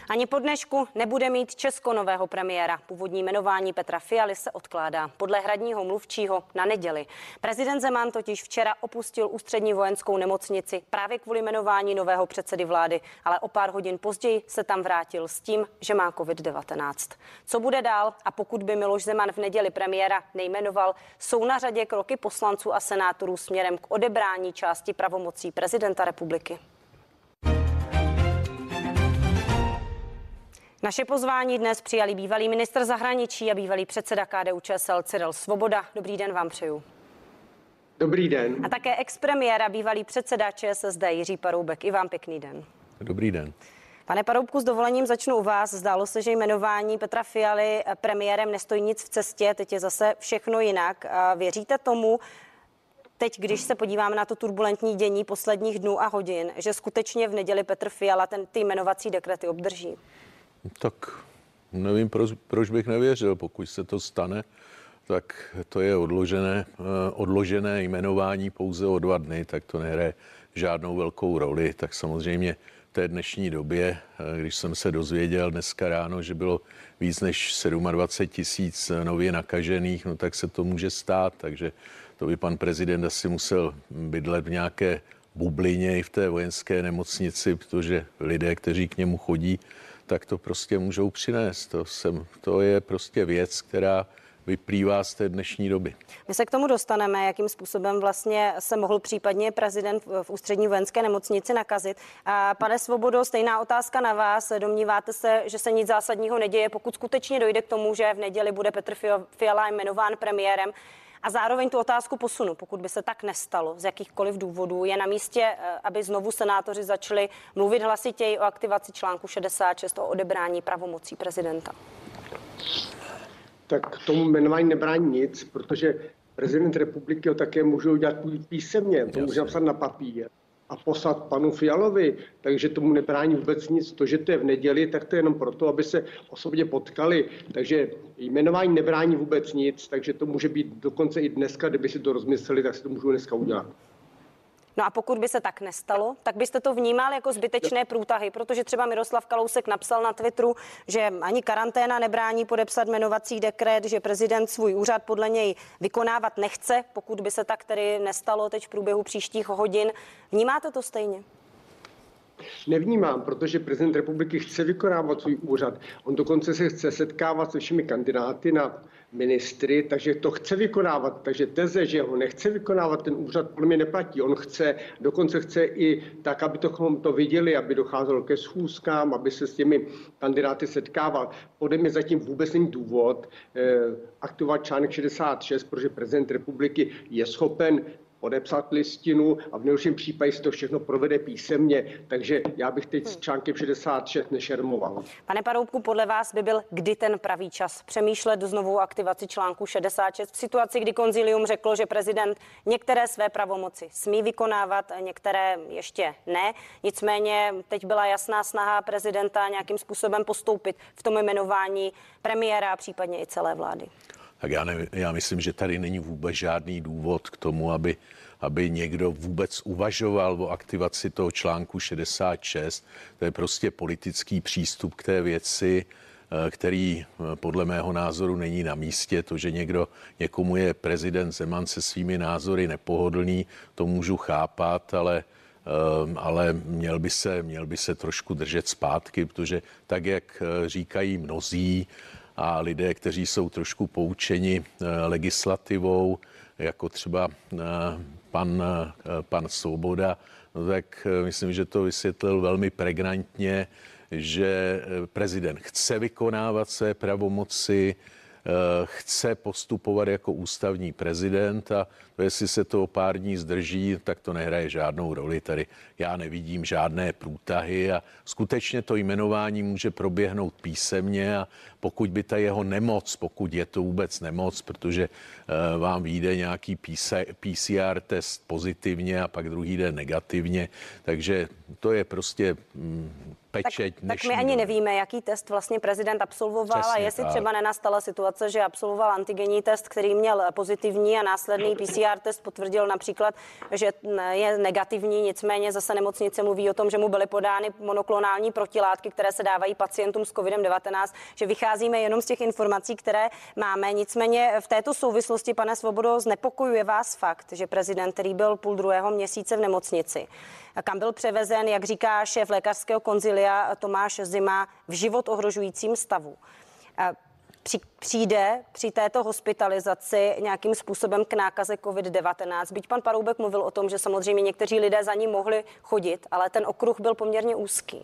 Ani po dnešku nebude mít Česko nového premiéra. Původní jmenování Petra Fialy se odkládá. Podle hradního mluvčího na neděli. Prezident Zeman totiž včera opustil ústřední vojenskou nemocnici právě kvůli jmenování nového předsedy vlády, ale o pár hodin později se tam vrátil s tím, že má COVID-19. Co bude dál a pokud by Miloš Zeman v neděli premiéra nejmenoval, jsou na řadě kroky poslanců a senátorů směrem k odebrání části pravomocí prezidenta republiky. Naše pozvání dnes přijali bývalý ministr zahraničí a bývalý předseda KDU-ČSL Cyril Svoboda. Dobrý den vám přeju. Dobrý den. A také expremiér a bývalý předseda ČSSD Jiří Paroubek. I vám pěkný den. Dobrý den. Pane Paroubku, s dovolením začnu u vás. Zdálo se, že jmenování Petra Fialy premiérem nestojí nic v cestě, teď je zase všechno jinak. Věříte tomu, teď, když se podíváme na to turbulentní dění posledních dnů a hodin, že skutečně v neděli Petr Fiala ty jmenovací dekrety obdrží? Tak nevím, proč bych nevěřil. Pokud se to stane, tak to je odložené jmenování pouze o 2 dny, tak to nehraje žádnou velkou roli. Tak samozřejmě v té dnešní době, když jsem se dozvěděl dneska ráno, že bylo víc než 27 000 nově nakažených, no tak se to může stát, takže to by pan prezident asi musel bydlet v nějaké bublině i v té vojenské nemocnici, protože lidé, kteří k němu chodí, tak to prostě můžou přinést. To je prostě věc, která vyplývá z té dnešní doby. My se k tomu dostaneme, jakým způsobem vlastně se mohl případně prezident v ústřední vojenské nemocnici nakazit. A pane Svobodo, stejná otázka na vás. Domníváte se, že se nic zásadního neděje, pokud skutečně dojde k tomu, že v neděli bude Petr Fiala jmenován premiérem? A zároveň tu otázku posunu, pokud by se tak nestalo z jakýchkoliv důvodů, je na místě, aby znovu senátoři začali mluvit hlasitěji o aktivaci článku 66 o odebrání pravomocí prezidenta. Tak k tomu jmenování nebrání nic, protože prezident republiky ho také může udělat písemně, to může napsat na papír a poslat panu Fialovi, takže tomu nebrání vůbec nic. To, že to je v neděli, tak to je jenom proto, aby se osobně potkali. Takže jmenování nebrání vůbec nic, takže to může být dokonce i dneska, kdyby si to rozmysleli, tak si to můžou dneska udělat. No a pokud by se tak nestalo, tak byste to vnímal jako zbytečné průtahy, protože třeba Miroslav Kalousek napsal na Twitteru, že ani karanténa nebrání podepsat jmenovací dekret, že prezident svůj úřad podle něj vykonávat nechce, pokud by se tak tedy nestalo teď v průběhu příštích hodin. Vnímáte to stejně? Nevnímám, protože prezident republiky chce vykonávat svůj úřad. On dokonce se chce setkávat se všemi kandidáty na ministry, takže to chce vykonávat. Takže teze, že ho nechce vykonávat, ten úřad podle mě neplatí. On dokonce chce i tak, aby to viděli, aby docházelo ke schůzkám, aby se s těmi kandidáty setkával. Podle mě zatím vůbec není důvod aktivovat článek 66, protože prezident republiky je schopen podepsat listinu a v nejlepším případě si to všechno provede písemně, takže já bych teď s článkem 66 nešermoval. Pane Paroubku, podle vás by byl kdy ten pravý čas přemýšlet znovu o aktivaci článku 66 v situaci, kdy konzilium řeklo, že prezident některé své pravomoci smí vykonávat, některé ještě ne. Nicméně teď byla jasná snaha prezidenta nějakým způsobem postoupit v tom jmenování premiéra a případně i celé vlády. Tak já myslím, že tady není vůbec žádný důvod k tomu, aby někdo vůbec uvažoval o aktivaci toho článku 66. To je prostě politický přístup k té věci, který podle mého názoru není na místě. To, že někomu je prezident Zeman se svými názory nepohodlný, to můžu chápat, ale měl by se trošku držet zpátky, protože tak, jak říkají mnozí, a lidé, kteří jsou trošku poučeni legislativou, jako třeba pan Svoboda, no tak myslím, že to vysvětlil velmi pregnantně, že prezident chce vykonávat své pravomoci, chce postupovat jako ústavní prezident a jestli se to o pár dní zdrží, tak to nehraje žádnou roli. Tady já nevidím žádné průtahy a skutečně to jmenování může proběhnout písemně a pokud by ta jeho nemoc, pokud je to vůbec nemoc, protože vám vyjde nějaký PCR test pozitivně a pak druhý den negativně, takže to je prostě pečeť. Tak my ani nevíme, jaký test vlastně prezident absolvoval. Přesně a jestli tak. třeba nenastala situace, že absolvoval antigenní test, který měl pozitivní a následný PCR test potvrdil například, že je negativní, nicméně zase nemocnice mluví o tom, že mu byly podány monoklonální protilátky, které se dávají pacientům s COVID-19, že vycházíme jenom z těch informací, které máme. Nicméně v této souvislosti, pane Svobodo, znepokojuje vás fakt, že prezident, který byl půl druhého měsíce v nemocnici, kam byl převezen, jak říká šéf lékařského konzilia Tomáš Zima, v život ohrožujícím stavu. Přijde při této hospitalizaci nějakým způsobem k nákaze COVID-19. Byť pan Paroubek mluvil o tom, že samozřejmě někteří lidé za ním mohli chodit, ale ten okruh byl poměrně úzký.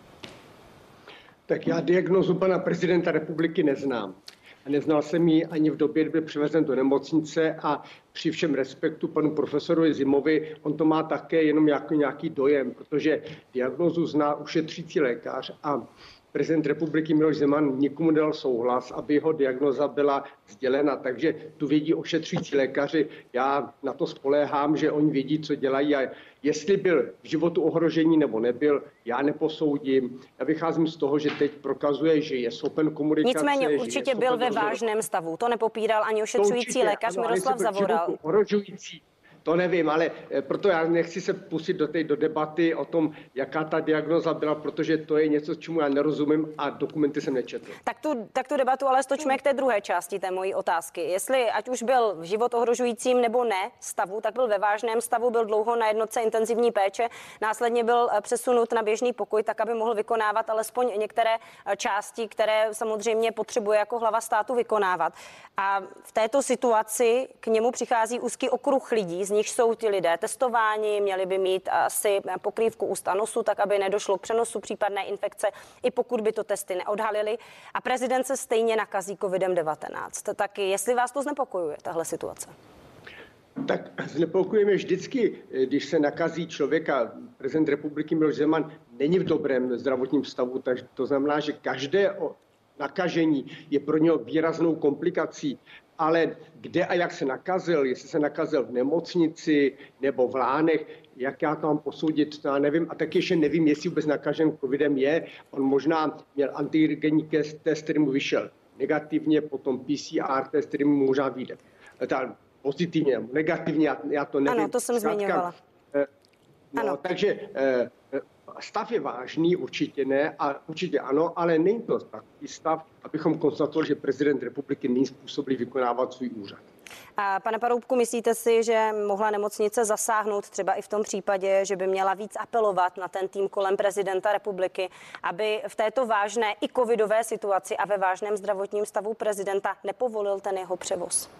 Tak já diagnózu pana prezidenta republiky neznám. A neznal jsem ji ani v době, kdy byl přivezen do nemocnice a při všem respektu panu profesoru Zimovi, on to má také jenom jako nějaký dojem, protože diagnózu zná ušetřící lékař a prezident republiky Miloš Zeman nikomu nedal souhlas, aby jeho diagnóza byla sdělena. Takže tu vědí ošetřující lékaři. Já na to spoléhám, že oni vědí, co dělají a jestli byl v životu ohrožení nebo nebyl, já neposoudím. Já vycházím z toho, že teď prokazuje, že je schopen komunikace. Nicméně určitě byl ve vážném stavu. To nepopíral ani ošetřující lékař Miroslav Zavoral. Ohrožující. To nevím, ale proto já nechci se pustit do debaty o tom, jaká ta diagnoza byla, protože to je něco, čemu já nerozumím a dokumenty jsem nečetl. Tak tu debatu ale stočme k té druhé části té mojí otázky. Jestli ať už byl v život ohrožujícím nebo ne stavu, tak byl ve vážném stavu, byl dlouho na jednotce intenzivní péče, následně byl přesunut na běžný pokoj, tak aby mohl vykonávat alespoň některé části, které samozřejmě potřebuje jako hlava státu vykonávat. A v této situaci k němu přichází úzký okruh lidí, z nich jsou ti lidé testováni, měli by mít asi pokrývku úst a nosu, tak aby nedošlo k přenosu případné infekce, i pokud by to testy neodhalily. A prezident se stejně nakazí COVID-19. Tak jestli vás to znepokojuje, tahle situace? Tak znepokojujeme vždycky, když se nakazí člověka. Prezident republiky Miloš Zeman není v dobrém zdravotním stavu, takže to znamená, že každé nakažení je pro něho výraznou komplikací. Ale kde a jak se nakazil, jestli se nakazil v nemocnici nebo v Lánech, jak já to mám posoudit, to já nevím. A taky ještě nevím, jestli vůbec nakažen covidem je. On možná měl antigenní test, který mu vyšel negativně, potom PCR test, který mu možná vyjde. Pozitivně, negativně, já to nevím. Ano, to jsem zmiňovala. No, takže stav je vážný, určitě ne, a určitě ano, ale není to takový stav, abychom konstatovali, že prezident republiky není způsobilý vykonávat svůj úřad. A pane Paroubku, myslíte si, že mohla nemocnice zasáhnout třeba i v tom případě, že by měla víc apelovat na ten tým kolem prezidenta republiky, aby v této vážné i covidové situaci a ve vážném zdravotním stavu prezidenta nepovolil ten jeho převoz?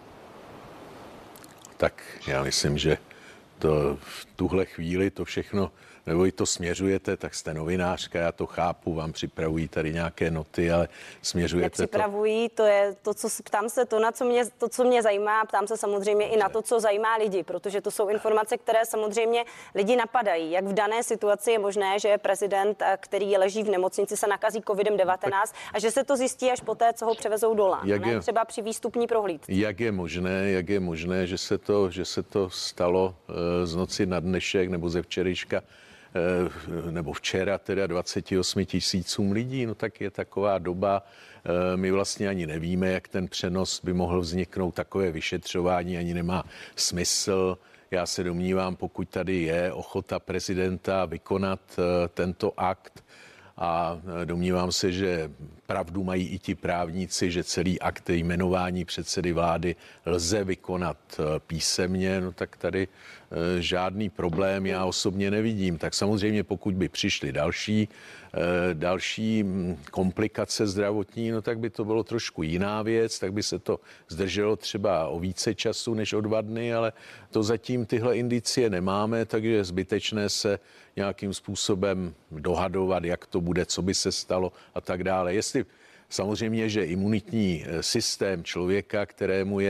Tak já myslím, že to v tuhle chvíli to všechno, nebo i to směřujete, tak jste novinářka, já to chápu, vám připravují tady nějaké noty, ale směřujete nepřipravují, to je to, co ptám se, co mě zajímá, ptám se samozřejmě i na to, co zajímá lidi, protože to jsou informace, které samozřejmě lidi napadají. Jak v dané situaci je možné, že prezident, který leží v nemocnici, se nakazí COVID-19 a že se to zjistí až poté, co ho převezou do Lán, ne třeba při výstupní prohlídce. Jak je možné, že se to stalo z noci na dnešek nebo ze včerejška nebo včera teda 28 000 lidí, no tak je taková doba, my vlastně ani nevíme, jak ten přenos by mohl vzniknout, takové vyšetřování ani nemá smysl. Já se domnívám, pokud tady je ochota prezidenta vykonat tento akt, a domnívám se, že pravdu mají i ti právníci, že celý akt jmenování předsedy vlády lze vykonat písemně, no tak tady žádný problém já osobně nevidím. Tak samozřejmě pokud by přišly další komplikace zdravotní, no tak by to bylo trošku jiná věc, tak by se to zdrželo třeba o více času než o 2 dny, ale to zatím tyhle indicie nemáme, takže je zbytečné se nějakým způsobem dohadovat, jak to bude, co by se stalo a tak dále. Jestli samozřejmě, že imunitní systém člověka, kterému je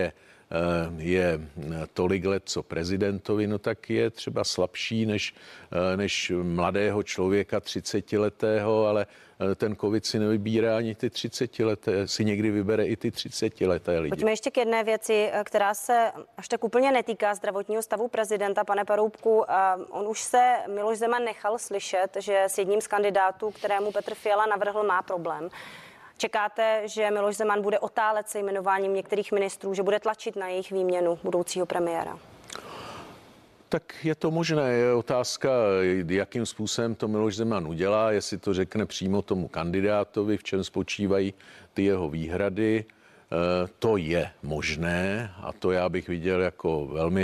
je tolik let, co prezidentovi, no tak je třeba slabší než mladého člověka 30letého, ale ten covid si nevybírá ani ty 30leté, si někdy vybere i ty 30leté lidi. Pojďme ještě k jedné věci, která se až tak úplně netýká zdravotního stavu prezidenta, pane Paroubku. On už se Miloš Zeman nechal slyšet, že s jedním z kandidátů, kterému Petr Fiala navrhl, má problém. Čekáte, že Miloš Zeman bude otálet se jmenováním některých ministrů, že bude tlačit na jejich výměnu budoucího premiéra? Tak je to možné, je otázka, jakým způsobem to Miloš Zeman udělá, jestli to řekne přímo tomu kandidátovi, v čem spočívají ty jeho výhrady. To je možné a to já bych viděl jako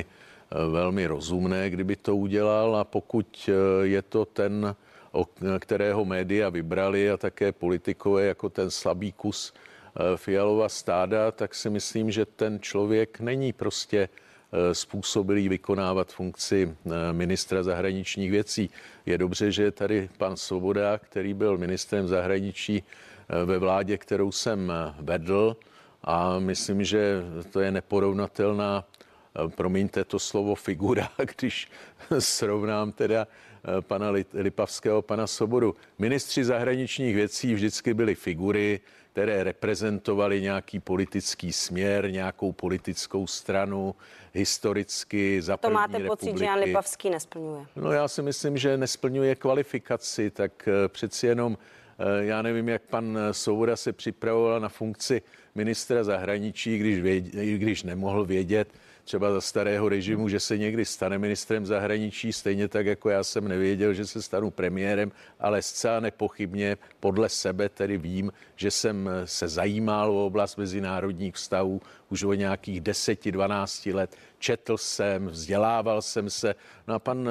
velmi rozumné, kdyby to udělal, a pokud je to ten, kterého média vybrali a také politikové jako ten slabý kus Fialova stáda, tak si myslím, že ten člověk není prostě způsobilý vykonávat funkci ministra zahraničních věcí. Je dobře, že je tady pan Svoboda, který byl ministrem zahraničí ve vládě, kterou jsem vedl, a myslím, že to je neporovnatelná, promiňte to slovo, figura, když srovnám teda pana Lipavského, pana Svobodu. Ministři zahraničních věcí vždycky byly figury, které reprezentovaly nějaký politický směr, nějakou politickou stranu, historicky za první republiky. To máte pocit, že Jan Lipavský nesplňuje? No já si myslím, že nesplňuje kvalifikaci, tak přeci jenom já nevím, jak pan Svoboda se připravoval na funkci ministra zahraničí, když nemohl vědět třeba za starého režimu, že se někdy stane ministrem zahraničí, stejně tak, jako já jsem nevěděl, že se stanu premiérem, ale zcela nepochybně podle sebe tedy vím, že jsem se zajímal o oblast mezinárodních vztahů už o nějakých 10-12 let. Četl jsem, vzdělával jsem se. No a pan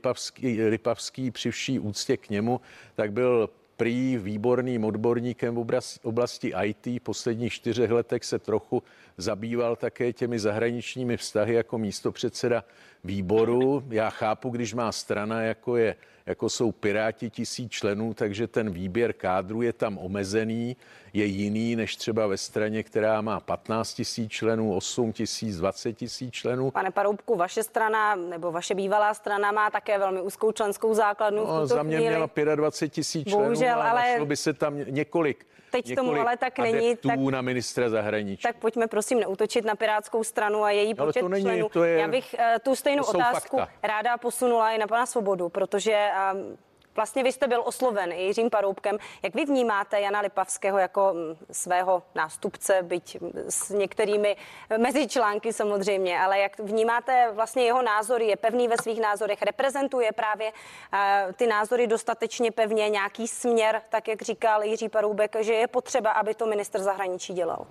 Lipavský při vší úctě k němu, tak byl prý výborným odborníkem v oblasti IT. V posledních 4 letech se trochu zabýval také těmi zahraničními vztahy jako místopředseda výboru. Já chápu, když má strana, jako jsou Piráti 1000 členů, takže ten výběr kádru je tam omezený, je jiný než třeba ve straně, která má 15 000 členů, 8 000, 20 000 členů. Pane Paroubku, vaše strana nebo vaše bývalá strana má také velmi úzkou členskou základnu. No, za mě měla 25 000 členů. Bohužel, ale našlo by se tam několik tomu ale tak není, tak na ministra zahraničí. Tak pojďme prosím neútočit na Pirátskou stranu a její počet členů. Já bych tu stejnou otázku ráda posunula i na pana Svobodu, protože vlastně vy jste byl osloven Jiřím Paroubkem. Jak vy vnímáte Jana Lipavského jako svého nástupce, byť s některými mezičlánky samozřejmě, ale jak vnímáte vlastně jeho názory? Je pevný ve svých názorech? Reprezentuje právě ty názory dostatečně pevně, nějaký směr, tak jak říkal Jiří Paroubek, že je potřeba, aby to ministr zahraničí dělal?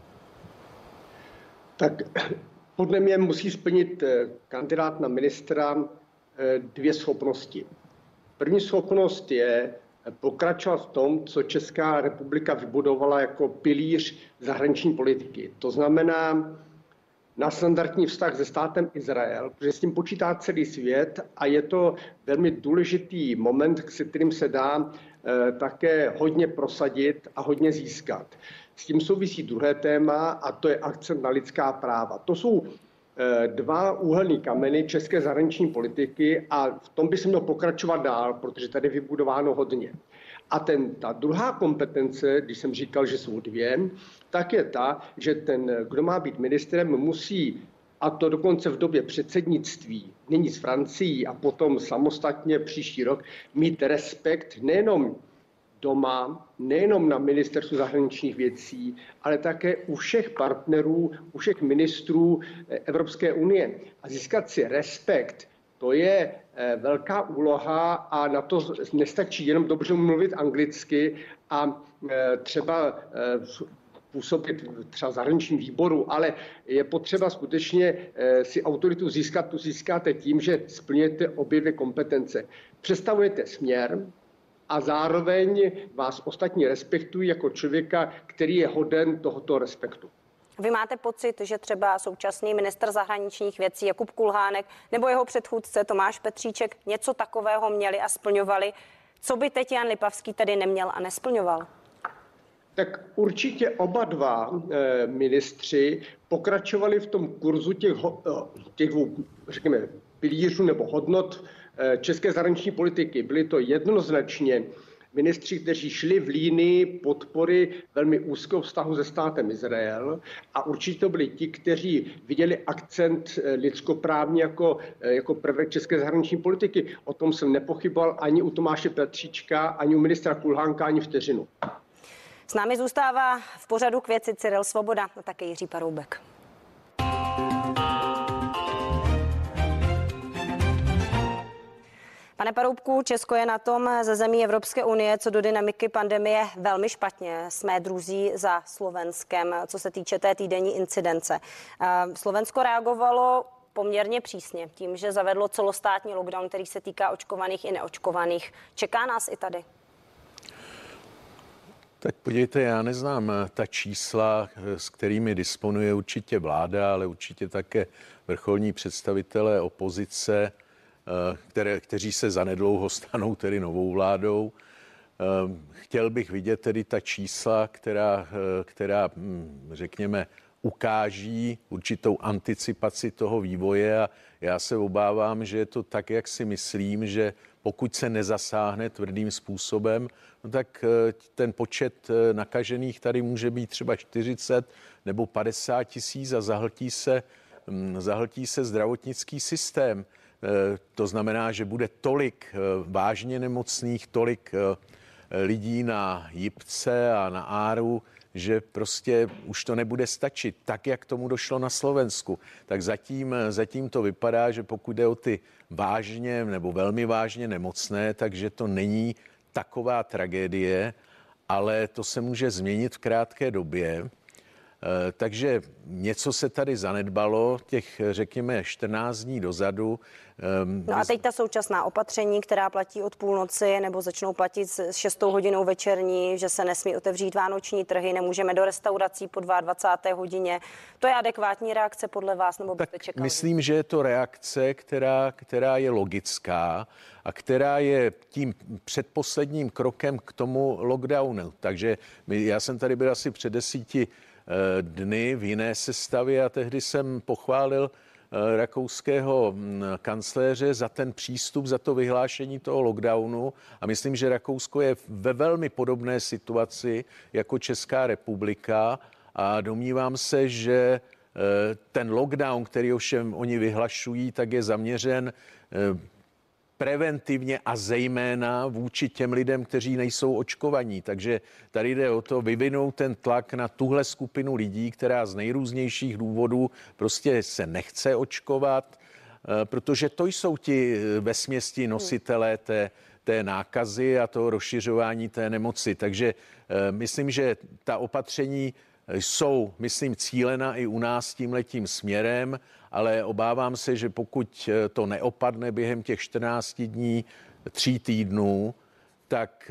Tak podle mě musí splnit kandidát na ministra 2 schopnosti. První schopnost je pokračovat v tom, co Česká republika vybudovala jako pilíř zahraniční politiky. To znamená nadstandardní vztah se státem Izrael, protože s tím počítá celý svět a je to velmi důležitý moment, se kterým se dá také hodně prosadit a hodně získat. S tím souvisí druhé téma a to je akcent na lidská práva. To jsou 2 úhelný kameny české zahraniční politiky a v tom by se mělo pokračovat dál, protože tady je vybudováno hodně. A ta druhá kompetence, když jsem říkal, že jsou 2, tak je ta, že ten, kdo má být ministrem, musí, a to dokonce v době předsednictví, nyní s Francií a potom samostatně příští rok, mít respekt nejenom doma, nejenom na ministerstvu zahraničních věcí, ale také u všech partnerů, u všech ministrů Evropské unie. A získat si respekt, to je velká úloha a na to nestačí jenom dobře mluvit anglicky a třeba působit třeba v zahraničním výboru, ale je potřeba skutečně si autoritu získat, tu získáte tím, že splňujete obě 2 kompetence. Představujete směr, a zároveň vás ostatní respektují jako člověka, který je hoden tohoto respektu. Vy máte pocit, že třeba současný ministr zahraničních věcí Jakub Kulhánek nebo jeho předchůdce Tomáš Petříček něco takového měli a splňovali, co by teď Jan Lipavský tedy neměl a nesplňoval? Tak určitě oba dva ministři pokračovali v tom kurzu těch dvou, řekněme, pilířů nebo hodnot české zahraniční politiky. Byli to jednoznačně ministři, kteří šli v línii podpory velmi úzkého vztahu se státem Izrael a určitě to byli ti, kteří viděli akcent lidskoprávní jako prvek české zahraniční politiky. O tom jsem nepochyboval ani u Tomáše Petříčka, ani u ministra Kulhánka, ani vteřinu. S námi zůstává v pořadu K věci Cyril Svoboda a také Jiří Paroubek. Pane Paroubku, Česko je na tom ze zemí Evropské unie co do dynamiky pandemie velmi špatně. Jsme druzí za Slovenskem, co se týče té týdenní incidence. Slovensko reagovalo poměrně přísně tím, že zavedlo celostátní lockdown, který se týká očkovaných i neočkovaných. Čeká nás i tady? Tak podívejte, já neznám ta čísla, s kterými disponuje určitě vláda, ale určitě také vrcholní představitelé opozice, kteří se zanedlouho stanou tedy novou vládou. Chtěl bych vidět tedy ta čísla, která řekněme, ukáží určitou anticipaci toho vývoje a já se obávám, že je to tak, jak si myslím, že pokud se nezasáhne tvrdým způsobem, no tak ten počet nakažených tady může být třeba 40 nebo 50 tisíc a zahltí se zdravotnický systém. To znamená, že bude tolik vážně nemocných, tolik lidí na jipce a na áru, že prostě už to nebude stačit, tak jak tomu došlo na Slovensku. Tak zatím to vypadá, že pokud jde o ty vážně nebo velmi vážně nemocné, takže to není taková tragédie, ale to se může změnit v krátké době. Takže něco se tady zanedbalo, těch řekněme 14 dní dozadu. No a teď ta současná opatření, která platí od půlnoci nebo začnou platit s 6 hodinou večerní, že se nesmí otevřít vánoční trhy, nemůžeme do restaurací po 22. hodině. To je adekvátní reakce podle vás, nebo byste čekali? Myslím, že je to reakce, která je logická a která je tím předposledním krokem k tomu lockdownu. Takže já jsem tady byl asi před 10 dny v jiné sestavě a tehdy jsem pochválil rakouského kancléře za ten přístup, za to vyhlášení toho lockdownu a myslím, že Rakousko je ve velmi podobné situaci jako Česká republika a domnívám se, že ten lockdown, který ovšem oni vyhlašují, tak je zaměřen preventivně a zejména vůči těm lidem, kteří nejsou očkovaní. Takže tady jde o to vyvinout ten tlak na tuhle skupinu lidí, která z nejrůznějších důvodů prostě se nechce očkovat, protože to jsou ti vesměsti nositelé té nákazy a toho rozšiřování té nemoci. Takže myslím, že ta opatření jsou, myslím, cílena i u nás tímhletím směrem, ale obávám se, že pokud to neopadne během těch 14 dní, 3 týdnů, tak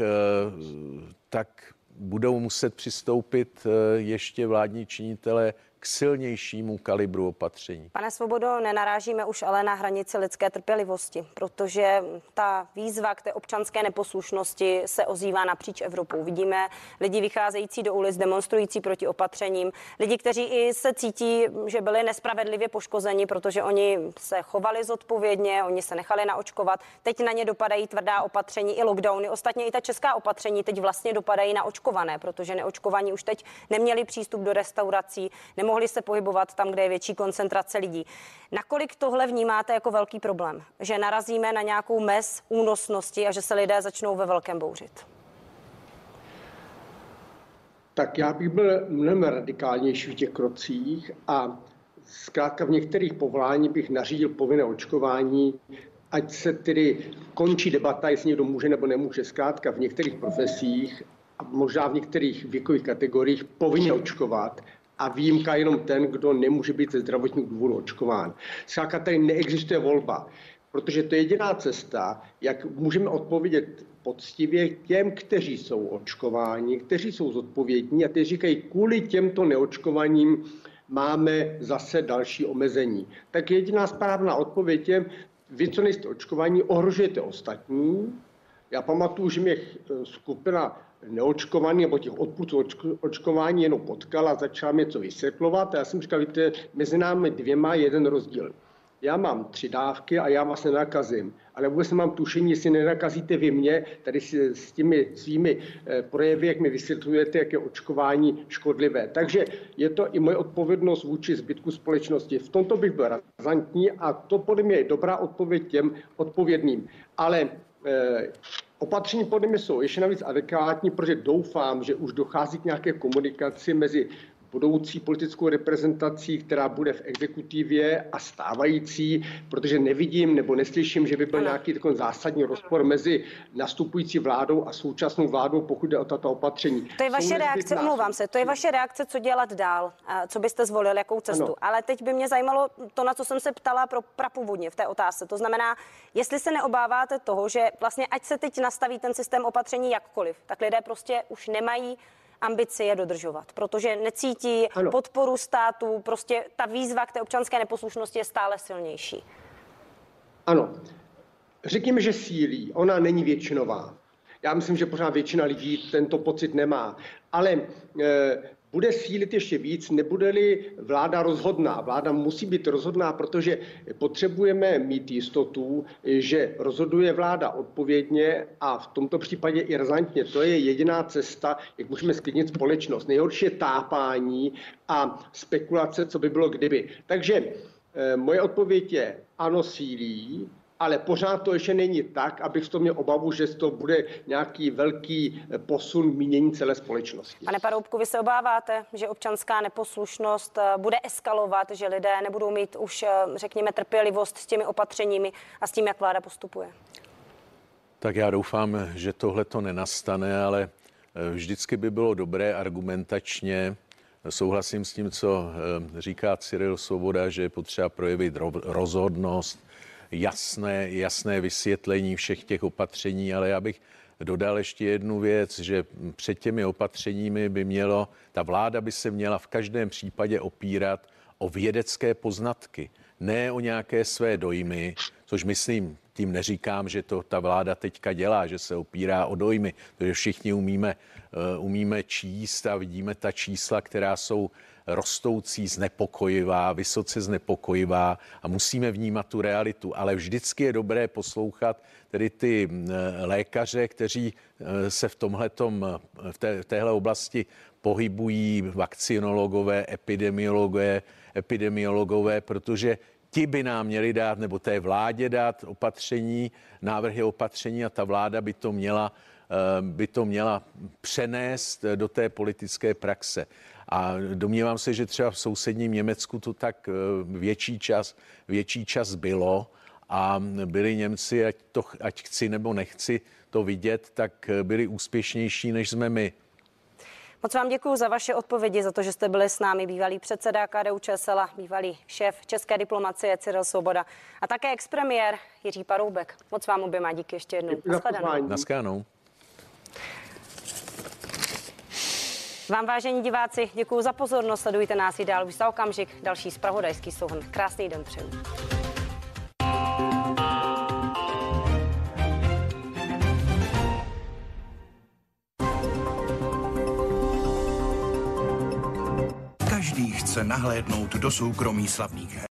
budou muset přistoupit ještě vládní činitelé k silnějšímu kalibru opatření. Pane Svobodo, nenarážíme už ale na hranici lidské trpělivosti, protože ta výzva k té občanské neposlušnosti se ozývá napříč Evropou. Vidíme lidi vycházející do ulic, demonstrující proti opatřením, lidi, kteří i se cítí, že byli nespravedlivě poškozeni, protože oni se chovali zodpovědně, oni se nechali naočkovat. Teď na ně dopadají tvrdá opatření i lockdowny. Ostatně i ta česká opatření teď vlastně dopadají na očkované, protože neočkovaní už teď neměli přístup do restaurací, mohli se pohybovat tam, kde je větší koncentrace lidí. Nakolik tohle vnímáte jako velký problém? Že narazíme na nějakou mez únosnosti a že se lidé začnou ve velkém bouřit? Tak já bych byl mnohem radikálnější v těch krocích a zkrátka v některých povoláních bych nařídil povinné očkování, ať se tedy končí debata, jestli někdo může nebo nemůže. Zkrátka v některých profesích a možná v některých věkových kategoriích povinně očkovat. A výjimka jenom ten, kdo nemůže být ze zdravotních důvodů očkován. Zkrátka tady neexistuje volba, protože to je jediná cesta, jak můžeme odpovědět poctivě těm, kteří jsou očkováni, kteří jsou zodpovědní a kteří říkají, kvůli těmto neočkovaným máme zase další omezení. Tak jediná správná odpověď je, vy, co nejste očkovaní, ohrožujete ostatní, Já pamatuju, že mě skupina neočkovaných nebo těch odpůrců očkování jenom potkala a začala mi něco vysvětlovat. A já jsem říkal, víte, mezi námi dvěma je jeden rozdíl. Já mám 3 dávky a já vás nenakazím, ale vůbec nemám tušení, jestli nenakazíte vy mě, tady s těmi svými projevy, jak mi vysvětlujete, jak je očkování škodlivé. Takže je to i moje odpovědnost vůči zbytku společnosti. V tomto bych byl razantní a to podle mě je dobrá odpověď těm odpovědným. Ale opatření podle mě jsou ještě navíc adekvátní, protože doufám, že už dochází k nějaké komunikaci mezi budoucí politickou reprezentací, která bude v exekutivě, a stávající, protože nevidím nebo neslyším, že by byl nějaký takový zásadní rozpor mezi nastupující vládou a současnou vládou, pokud jde o tato opatření. To je vaše reakce, omlouvám se, to je vaše reakce, co dělat dál, co byste zvolil, jakou cestu. Ano. Ale teď by mě zajímalo to, na co jsem se ptala prapůvodně v té otázce. To znamená, jestli se neobáváte toho, že vlastně ať se teď nastaví ten systém opatření jakkoliv, tak lidé prostě už nemají ambici je dodržovat, protože necítí podporu státu, prostě ta výzva k té občanské neposlušnosti je stále silnější. Ano, řekněme, že sílí, ona není většinová. Já myslím, že pořád většina lidí tento pocit nemá, ale bude sílit ještě víc, nebude-li vláda rozhodná. Vláda musí být rozhodná, protože potřebujeme mít jistotu, že rozhoduje vláda odpovědně a v tomto případě i razantně. To je jediná cesta, jak můžeme sklidnit společnost. Nejhorší je tápání a spekulace, co by bylo kdyby. Takže moje odpověď je ano, sílí, ale pořád to ještě není tak, abych z toho měl obavu, že to bude nějaký velký posun mínění celé společnosti. Pane Paroubku, vy se obáváte, že občanská neposlušnost bude eskalovat, že lidé nebudou mít už, řekněme, trpělivost s těmi opatřeními a s tím, jak vláda postupuje? Tak já doufám, že tohle to nenastane, ale vždycky by bylo dobré argumentačně. Souhlasím s tím, co říká Cyril Svoboda, že je potřeba projevit rozhodnost, jasné vysvětlení všech těch opatření, ale já bych dodal ještě jednu věc, že před těmi opatřeními ta vláda by se měla v každém případě opírat o vědecké poznatky, ne o nějaké své dojmy, což myslím, tím neříkám, že to ta vláda teďka dělá, že se opírá o dojmy, protože všichni umíme číst a vidíme ta čísla, která jsou rostoucí, znepokojivá, vysoce znepokojivá a musíme vnímat tu realitu. Ale vždycky je dobré poslouchat tedy ty lékaře, kteří se v téhle oblasti pohybují, vakcinologové, epidemiologové, protože ti by nám měli dát, nebo té vládě dát návrhy opatření a ta vláda by to měla přenést do té politické praxe. A domnívám se, že třeba v sousedním Německu to tak větší čas bylo a byli Němci, ať chci nebo nechci to vidět, tak byli úspěšnější, než jsme my. Moc vám děkuji za vaše odpovědi, za to, že jste byli s námi, bývalý předseda KDU-ČSL, bývalý šéf české diplomacie Cyril Svoboda a také expremiér Jiří Paroubek. Moc vám oběma díky ještě jednou. Naschledanou. Vám, vážení diváci, děkuji za pozornost. Sledujte nás i dál už za okamžik. Další zpravodajský souhrn. Krásný den přeju. Každý chce nahlédnout do soukromí slavných her.